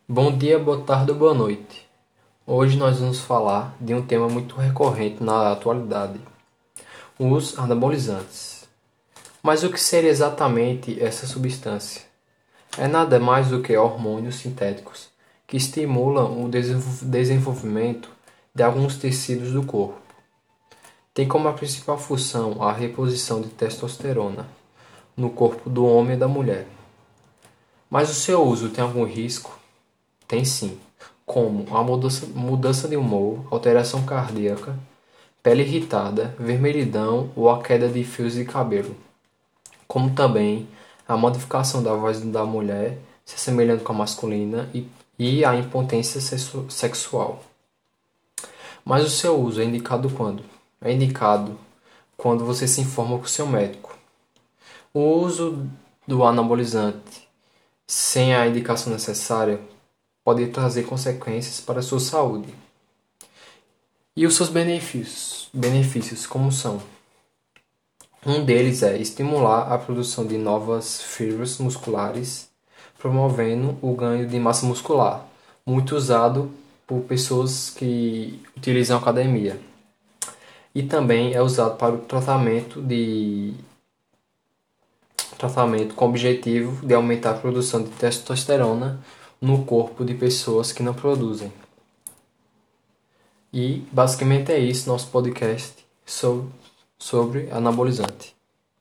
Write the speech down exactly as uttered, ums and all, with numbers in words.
Bom dia, boa tarde ou boa noite. Hoje nós vamos falar de um tema muito recorrente na atualidade: os anabolizantes. Mas o que seria exatamente essa substância? É nada mais do que hormônios sintéticos que estimulam o desenvolvimento de alguns tecidos do corpo. Tem como a principal função a reposição de testosterona no corpo do homem e da mulher. Mas o seu uso tem algum risco? Tem sim, como a mudança, mudança de humor, alteração cardíaca, pele irritada, vermelhidão ou a queda de fios de cabelo, como também a modificação da voz da mulher, se assemelhando com a masculina, e, e a impotência sexual. Mas o seu uso é indicado quando? É indicado quando você se informa com o seu médico. O uso do anabolizante sem a indicação necessária pode trazer consequências para a sua saúde. E os seus benefícios? Benefícios como são? Um deles é estimular a produção de novas fibras musculares, promovendo o ganho de massa muscular, muito usado por pessoas que utilizam academia. E também é usado para o tratamento de tratamento com o objetivo de aumentar a produção de testosterona no corpo de pessoas que não produzem. E basicamente é isso, nosso podcast sobre, sobre anabolizante.